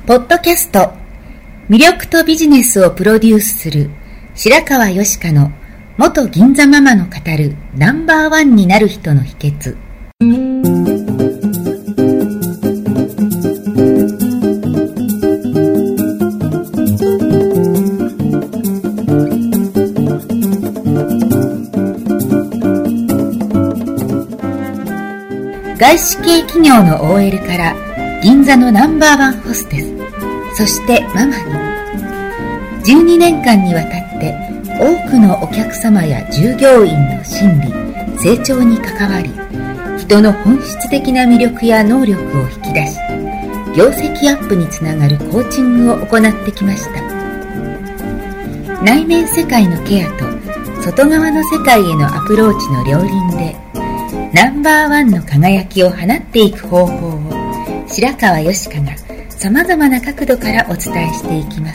ポッドキャスト、魅力とビジネスをプロデュースする白川よしかの元銀座ママの語るナンバーワンになる人の秘訣。外資系企業の OL から銀座のナンバーワンホステス、そしてママに12年間にわたって多くのお客様や従業員の心理、成長に関わり、人の本質的な魅力や能力を引き出し、業績アップにつながるコーチングを行ってきました。内面世界のケアと外側の世界へのアプローチの両輪でナンバーワンの輝きを放っていく方法を白川よしかがさまざまな角度からお伝えしていきます。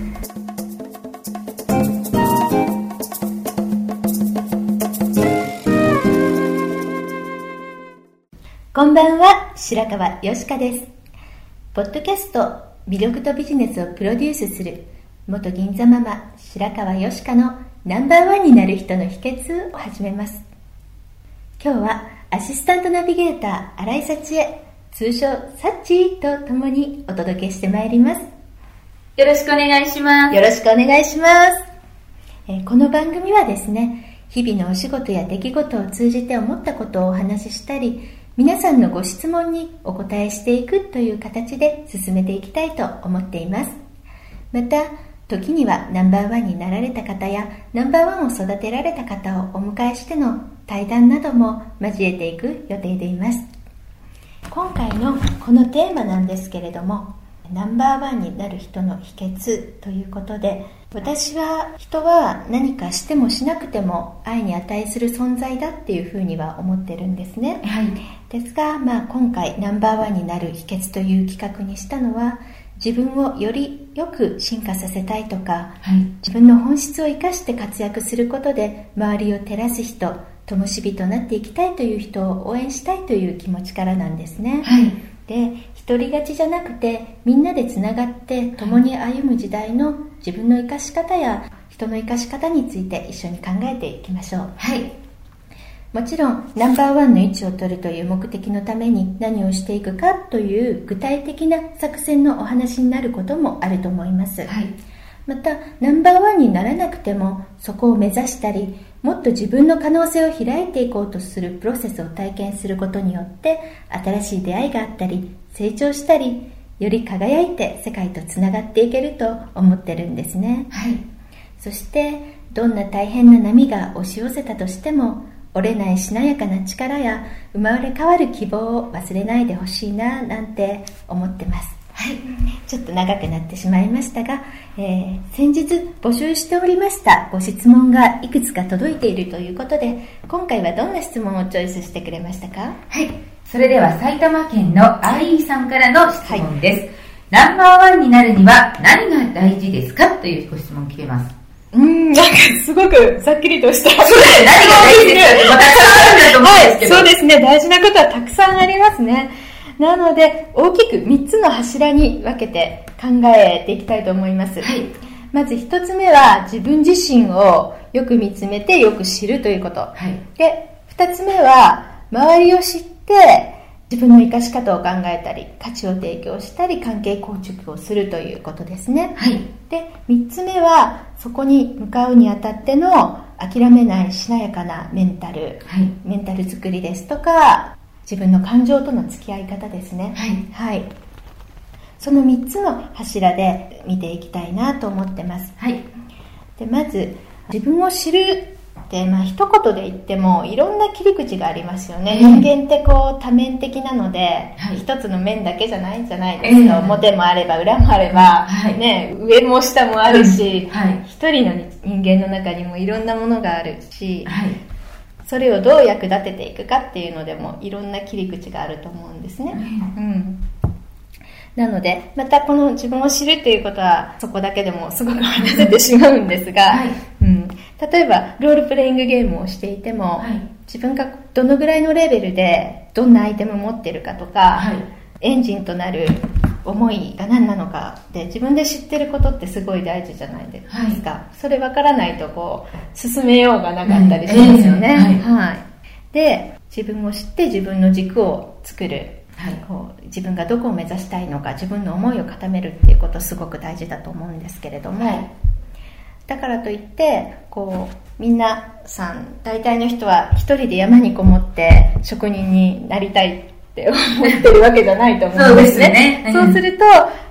こんばんは、白川よしかです。ポッドキャスト、魅力とビジネスをプロデュースする元銀座ママ白川よしかのナンバーワンになる人の秘訣を始めます。今日はアシスタントナビゲーター新井幸恵、通称サッチーと共にお届けしてまいります。 よろしくお願いします。 よろしくお願いします。この番組はですね、日々のお仕事や出来事を通じて思ったことをお話ししたり、皆さんのご質問にお答えしていくという形で進めていきたいと思っています。また時にはナンバーワンになられた方やナンバーワンを育てられた方をお迎えしての対談なども交えていく予定でいます。今回のこのテーマなんですけれども、ナンバーワンになる人の秘訣ということで、私は人は何かしてもしなくても愛に値する存在だっていうふうには思ってるんですね、 はい、 ですが、今回ナンバーワンになる秘訣という企画にしたのは、自分をよりよく進化させたいとか、自分の本質を生かして活躍することで周りを照らす人、灯火となっていきたいという人を応援したいという気持ちからなんですね、で、一人勝ちじゃなくてみんなでつながって共に歩む時代の自分の生かし方や人の生かし方について一緒に考えていきましょう。もちろんナンバーワンの位置を取るという目的のために何をしていくかという具体的な作戦のお話になることもあると思います、またナンバーワンにならなくてもそこを目指したり、もっと自分の可能性を開いていこうとするプロセスを体験することによって新しい出会いがあったり成長したり、より輝いて世界とつながっていけると思ってるんですね、そしてどんな大変な波が押し寄せたとしても折れないしなやかな力や生まれ変わる希望を忘れないでほしいななんて思ってます。ちょっと長くなってしまいましたが、先日募集しておりましたご質問がいくつか届いているということで、今回はどんな質問をチョイスしてくれましたか？ それでは埼玉県のアイーさんからの質問です、ナンバーワンになるには何が大事ですかというご質問来てます。 なんかすごくざっくりとしたそれ何が大事ですか？たくさんあるんだと思うんですけど、 そうですね、大事なことはたくさんありますね。なので大きく3つの柱に分けて考えていきたいと思います、まず1つ目は自分自身をよく見つめてよく知るということ、で2つ目は周りを知って自分の生かし方を考えたり価値を提供したり関係構築をするということですね、で3つ目はそこに向かうにあたっての諦めないしなやかなメンタル作りですとか自分の感情との付き合い方ですね、その3つの柱で見ていきたいなと思ってます、でまず自分を知るって、一言で言ってもいろんな切り口がありますよね、人間ってこう多面的なので、一つの面だけじゃないんじゃないですか、表もあれば裏もあれば、上も下もあるし、一人の人間の中にもいろんなものがあるし、それをどう役立てていくかっていうのでもいろんな切り口があると思うんですね、なのでまたこの自分を知るということはそこだけでもすごく話せてしまうんですが、例えばロールプレイングゲームをしていても、自分がどのぐらいのレベルでどんなアイテムを持っているかとか、エンジンとなる思いが何なのかって自分で知ってることってすごい大事じゃないですか、それ分からないとこう進めようがなかったりしますよね、で自分を知って自分の軸を作る、こう自分がどこを目指したいのか自分の思いを固めるっていうことすごく大事だと思うんですけれども、だからといってこう皆さん大体の人は一人で山にこもって職人になりたいって思ってるわけじゃないと思うんですね。そうすると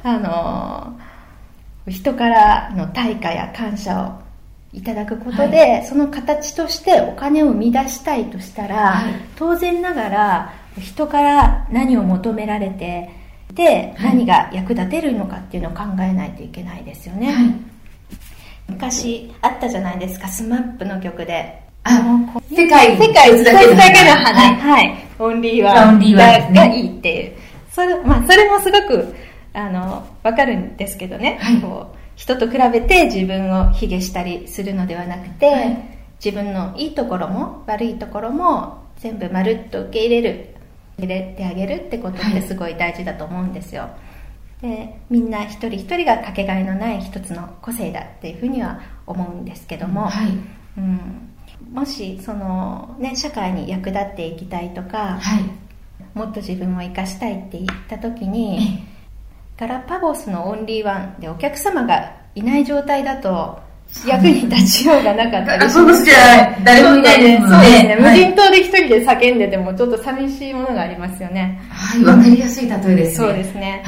人からの対価や感謝をいただくことで、その形としてお金を生み出したいとしたら、当然ながら人から何を求められてで、何が役立てるのかっていうのを考えないといけないですよね、昔あったじゃないですか、スマップの曲で世界一つだけの花、オンリーワンがいいっていう、それもすごくわかるんですけどね、こう人と比べて自分を卑下したりするのではなくて、自分のいいところも悪いところも全部まるっと受け入れてあげるってことってすごい大事だと思うんですよ。でみんな一人一人がかけがえのない一つの個性だっていうふうには思うんですけども、もしその、社会に役立っていきたいとか、もっと自分を生かしたいって言った時に、ガラパゴスのオンリーワンでお客様がいない状態だと役に立ちようがなかったりします。 ガラパゴスじゃ誰もいないですもんね。 そうですね、無人島で一人で叫んでてもちょっと寂しいものがありますよね。 わかりやすい例えですね。 そうですね。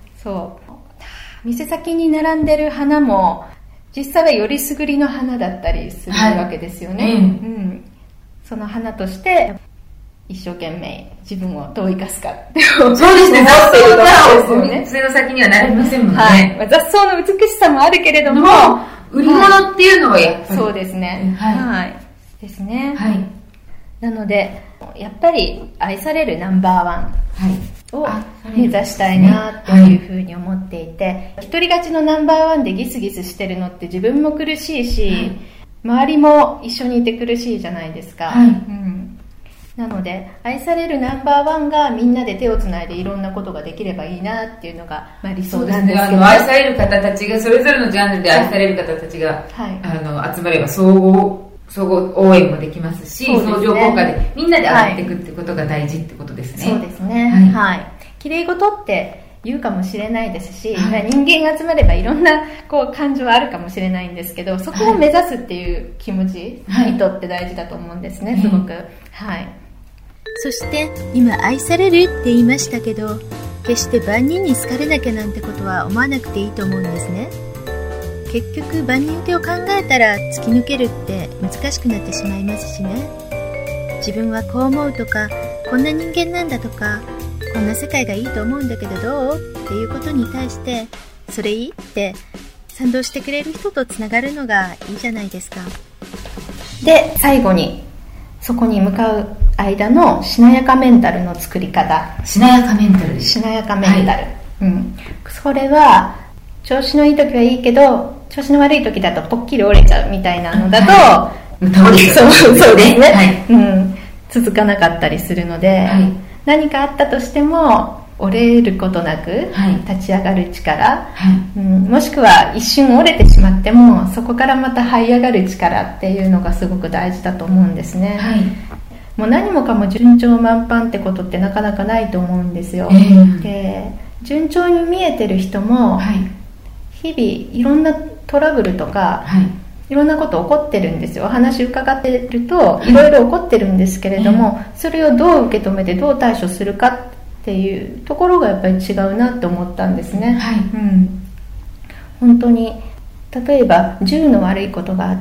店先に並んでる花も実際はよりすぐりの花だったりするわけですよね、その花として一生懸命自分をどう生かすかってそうですね、雑草がお店の先にはなりませんもんね、 雑草の美しさもあるけれども、 売り物っていうのはやっぱり、 そうですね、ですね、なのでやっぱり愛されるナンバーワンを目指したいなっていうふうに思っていて、一人勝ちのナンバーワンでギスギスしてるのって自分も苦しいし、周りも一緒にいて苦しいじゃないですか、なので愛されるナンバーワンがみんなで手をつないでいろんなことができればいいなっていうのが、理想なんですけど、 愛される方たちがそれぞれのジャンルで愛される方たちが、集まれば総合応援もできますし、相乗効果でみんなで上がっていくってことが大事ってことですね。 そうですね、綺麗事って言うかもしれないですし、人間が集まればいろんな感情はあるかもしれないんですけど、そこを目指すっていう気持ち、意図って大事だと思うんですね、すごく。 そして今愛されるって言いましたけど、決して万人に好かれなきゃなんてことは思わなくていいと思うんですね。結局万人受けを考えたら突き抜けるって難しくなってしまいますしね。自分はこう思うとか、こんな人間なんだとか、こんな世界がいいと思うんだけどどうっていうことに対して、それいいって賛同してくれる人とつながるのがいいじゃないですか。 で最後にそこに向かう間のしなやかメンタルの作り方。 しなやかメンタル。 しなやかメンタル、それは調子のいい時はいいけど調子の悪い時だとポッキリ折れちゃうみたいなのだと、 倒れちゃう。 そうですね、続かなかったりするので、何かあったとしても折れることなく立ち上がる力、もしくは一瞬折れてしまってもそこからまた這い上がる力っていうのがすごく大事だと思うんですね、もう何もかも順調満帆ってことってなかなかないと思うんですよ、で順調に見えてる人も、日々いろんなトラブルとか、いろんなこと起こってるんですよ。お話伺ってるといろいろ起こってるんですけれども、それをどう受け止めてどう対処するかっていうところがやっぱり違うなって思ったんですね、本当に例えば10の悪いことがあって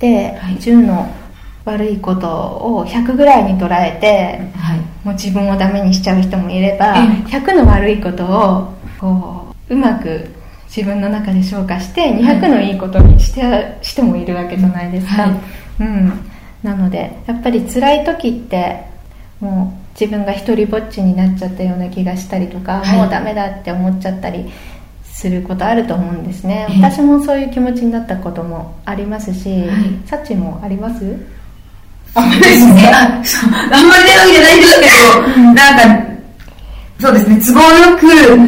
、10の悪いことを100ぐらいに捉えて、もう自分をダメにしちゃう人もいれば、100の悪いことをうまく自分の中で消化して200のいいことにしてもいるわけじゃないですか、なのでやっぱり辛い時ってもう自分が一人ぼっちになっちゃったような気がしたりとか、もうダメだって思っちゃったりすることあると思うんですね、私もそういう気持ちになったこともありますし、サチもあります？ そうですね、あんまり出るわけじゃないんですけど、なんかそうですね、都合よく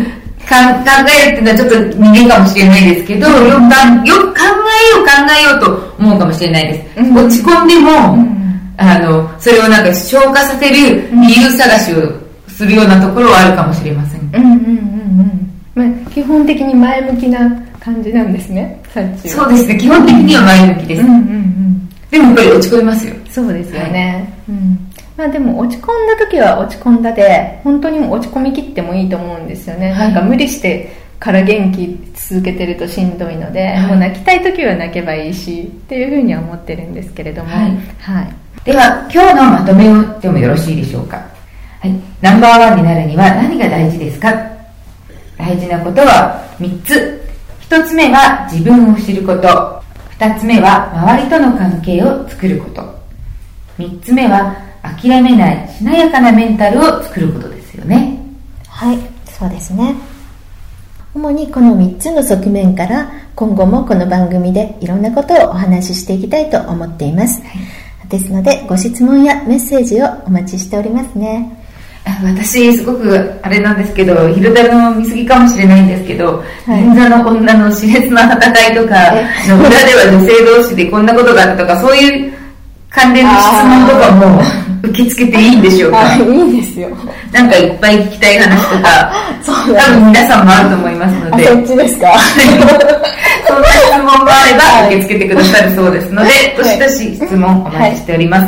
えるっていうのはちょっと人間かもしれないですけど、よく考えようと思うかもしれないです。落ち込んでも、それをなんか消化させる理由探しをするようなところはあるかもしれません。 基本的に前向きな感じなんですね、サッチは。 そうですね、基本的には前向きです。でもやっぱり落ち込みますよ。 そうですよね。でも落ち込んだ時は落ち込んだで、本当にも落ち込み切ってもいいと思うんですよね。なんか無理してから元気続けてるとしんどいので、もう泣きたい時は泣けばいいしっていうふうには思ってるんですけれども。 では今日のまとめをでもよろしいでしょうか。ナンバーワンになるには何が大事ですか。大事なことは3つ。1つ目は自分を知ること。2つ目は周りとの関係を作ること。3つ目は諦めないしなやかなメンタルを作ることですよね。 はい、そうですね。主にこの3つの側面から今後もこの番組でいろんなことをお話ししていきたいと思っています。ですのでご質問やメッセージをお待ちしておりますね。 私すごくあれなんですけど、昼太郎の見過ぎかもしれないんですけど、銀座の女の熾烈な戦いとかの裏では女性同士でこんなことがあったとか、そういう関連の質問とかも受け付けていいんでしょうか。 いいんですよ。 なんかいっぱい聞きたい話とか多分皆さんもあると思いますので、 そっちですか。 そんな質問もあれば受け付けてくださるそうですので、どしどし質問お待ちしております。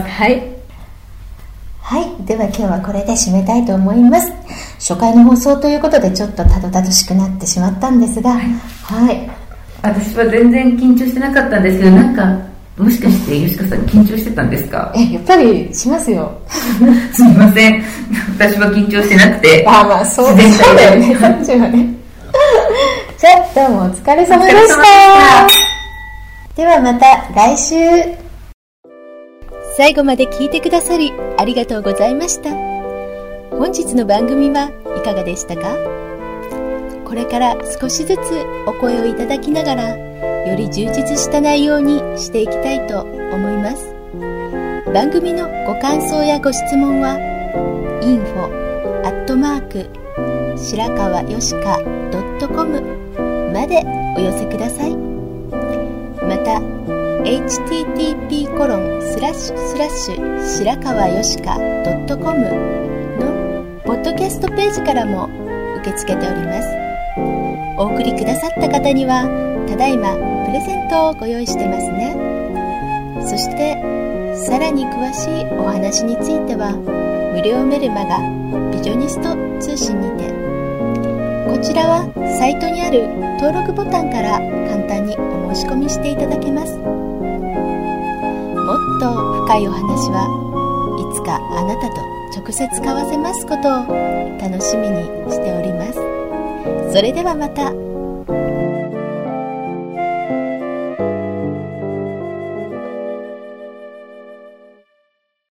では今日はこれで締めたいと思います。初回の放送ということでちょっとたどたどしくなってしまったんですが、 私は全然緊張してなかったんですけど、なんかもしかして吉川さん緊張してたんですか。 やっぱりしますよ。 すみません、私は緊張してなくて。 そうだよね、さっちはね。じゃあどうもお疲れ様でした。ではまた来週。 最後まで聞いてくださりありがとうございました。本日の番組はいかがでしたか。これから少しずつお声をいただきながら、より充実した内容にしていきたいと思います。番組のご感想やご質問は info@ 白川よしか .com までお寄せください。またhttp:// 白川よしか .com のポッドキャストページからも受け付けております。お送りくださった方にはただいまプレゼントをご用意してますね。そしてさらに詳しいお話については無料メルマガビジョニスト通信にて、こちらはサイトにある登録ボタンから簡単にお申し込みしていただけます。もっと深いお話はいつかあなたと直接交わせますことを楽しみにしております。それではまた。